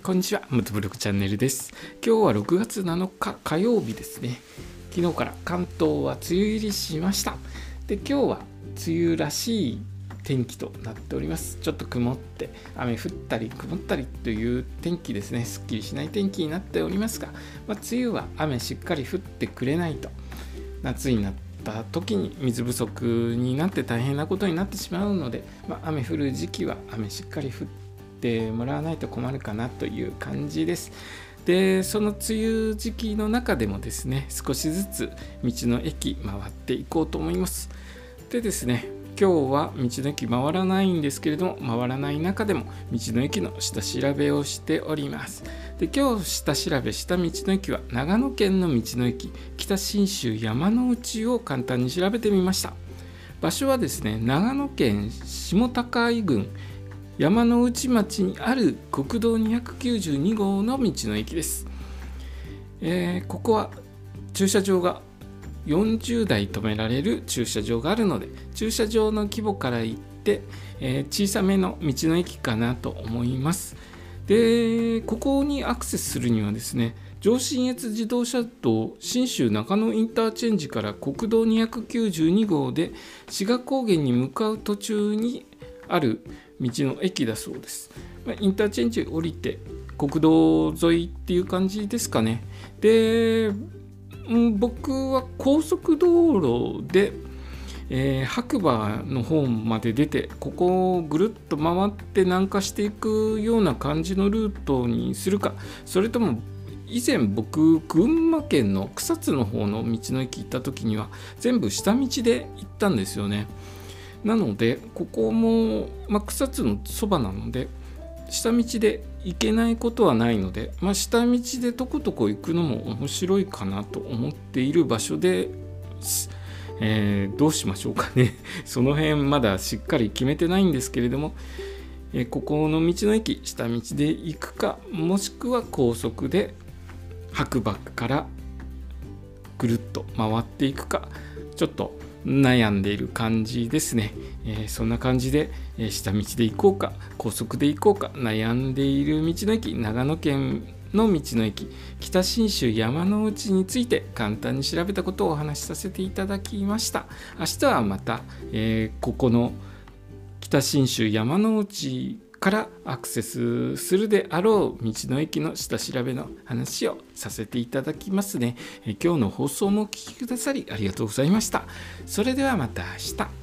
こんにちは、ムトブログチャンネルです。今日は6月7日火曜日ですね。昨日から関東は梅雨入りしました。で、今日は梅雨らしい天気となっております。ちょっと曇って雨降ったり曇ったりという天気ですね。すっきりしない天気になっておりますが、梅雨は雨しっかり降ってくれないと夏になった時に水不足になって大変なことになってしまうので、雨降る時期は雨しっかり降ってもらわないと困るかなという感じです。で、その梅雨時期の中でもですね、少しずつ道の駅回っていこうと思います。でですね、今日は道の駅回らないんですけれども、回らない中でも道の駅の下調べをしております。で、今日下調べした道の駅は長野県の道の駅北信州山ノ内を簡単に調べてみました。場所はですね、長野県下高井郡山ノ内町にある国道292号の道の駅です。ここは駐車場が40台止められる駐車場があるので、駐車場の規模から言って、小さめの道の駅かなと思います。で、ここにアクセスするにはですね、上信越自動車道信州中野インターチェンジから国道292号で志賀高原に向かう途中にある道の駅だそうです。インターチェンジ降りて国道沿いっていう感じですかね。で、僕は高速道路で、白馬の方まで出て、ここをぐるっと回って南下していくような感じのルートにするか、それとも以前僕群馬県の草津の方の道の駅行った時には全部下道で行ったんですよね。なのでここも、草津のそばなので下道で行けないことはないので、下道でとことこ行くのも面白いかなと思っている場所です。どうしましょうかね。その辺まだしっかり決めてないんですけれども、ここの道の駅下道で行くか、もしくは高速で白馬からぐるっと回っていくか、ちょっと悩んでいる感じですね。そんな感じで、下道で行こうか高速で行こうか悩んでいる道の駅、長野県の道の駅北信州山ノ内について簡単に調べたことをお話しさせていただきました。明日はまた、ここの北信州山ノ内からアクセスするであろう道の駅の下調べの話をさせていただきますね。今日の放送もお聞きくださりありがとうございました。それではまた明日。